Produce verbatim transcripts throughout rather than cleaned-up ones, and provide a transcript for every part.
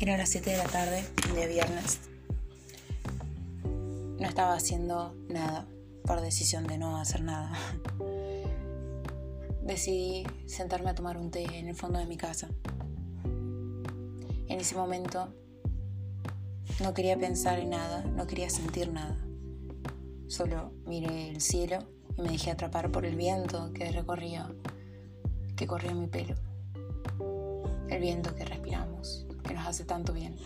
Eran las siete de la tarde, de viernes. No estaba haciendo nada, por decisión de no hacer nada. Decidí sentarme a tomar un té en el fondo de mi casa. En ese momento no quería pensar en nada, no quería sentir nada. Solo miré el cielo y me dejé atrapar por el viento que recorría, que corría mi pelo. El viento que respiramos, que nos hace tanto bien.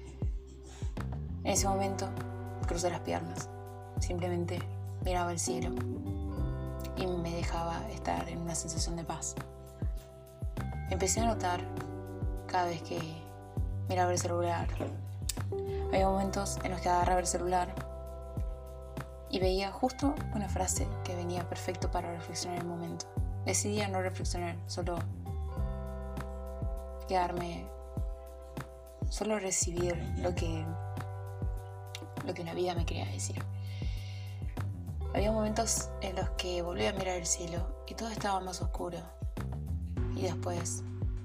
En ese momento crucé las piernas, simplemente miraba el cielo y me dejaba estar en una sensación de paz. Empecé a notar cada vez que miraba el celular. Había momentos en los que agarraba el celular y veía justo una frase que venía perfecto para reflexionar en el momento. Decidí a no reflexionar, solo quedarme, solo recibir lo que, lo que la vida me quería decir. Había momentos en los que volví a mirar el cielo y todo estaba más oscuro. Y después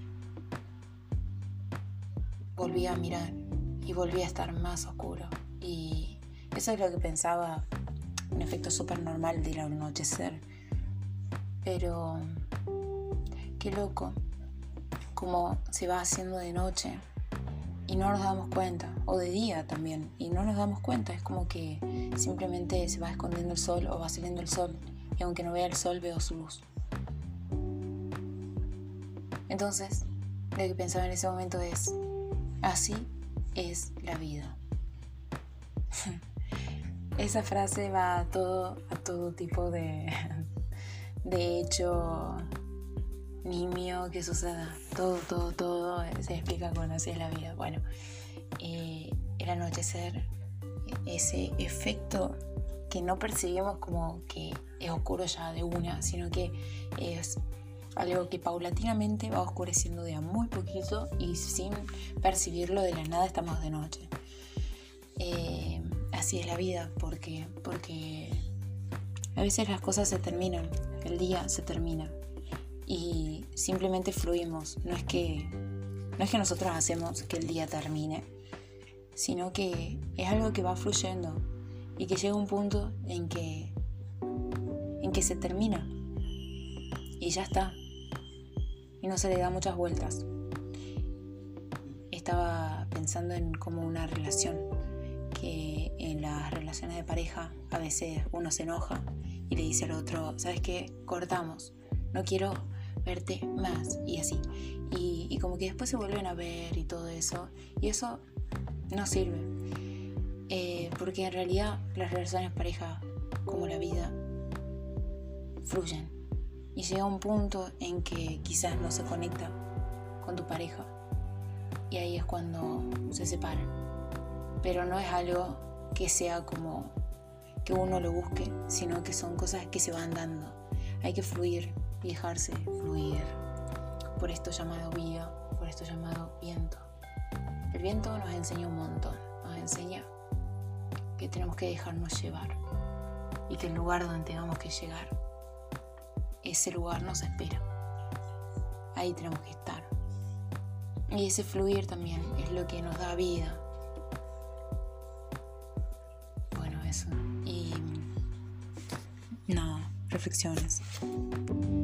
volví a mirar y volví a estar más oscuro. Y eso es lo que pensaba, un efecto súper normal del anochecer. Pero qué loco como se va haciendo de noche y no nos damos cuenta, o de día también, y no nos damos cuenta. Es como que simplemente se va escondiendo el sol o va saliendo el sol, y aunque no vea el sol, veo su luz. Entonces, lo que pensaba en ese momento es: así es la vida. Esa frase va a todo, a todo tipo de, de hecho nimio que suceda. Todo, todo, todo se explica con así es la vida. Bueno, eh, el anochecer, ese efecto que no percibimos como que es oscuro ya de una, sino que es algo que paulatinamente va oscureciendo de a muy poquito y sin percibirlo de la nada estamos de noche. Eh, así es la vida, porque, porque a veces las cosas se terminan, el día se termina y simplemente fluimos. No es que, no es que nosotros hacemos que el día termine, sino que es algo que va fluyendo y que llega un punto en que, en que se termina y ya está. Y no se le da muchas vueltas. Estaba pensando en como una relación, que en las relaciones de pareja a veces uno se enoja y le dice al otro: ¿sabes qué? Cortamos, no quiero verte más, y así. Y, y como que después se vuelven a ver y todo eso, y eso no sirve. Eh, porque en realidad las relaciones de pareja, como la vida, fluyen. Y llega un punto en que quizás no se conecta con tu pareja. Y ahí es cuando se separan. Pero no es algo que sea como que uno lo busque, sino que son cosas que se van dando. Hay que fluir y dejarse fluir por esto llamado vida, por esto llamado viento. El viento nos enseña un montón. Nos enseña que tenemos que dejarnos llevar y que el lugar donde tengamos que llegar, ese lugar nos espera. Ahí tenemos que estar. Y ese fluir también es lo que nos da vida. Bueno, eso. Y nada, reflexiones.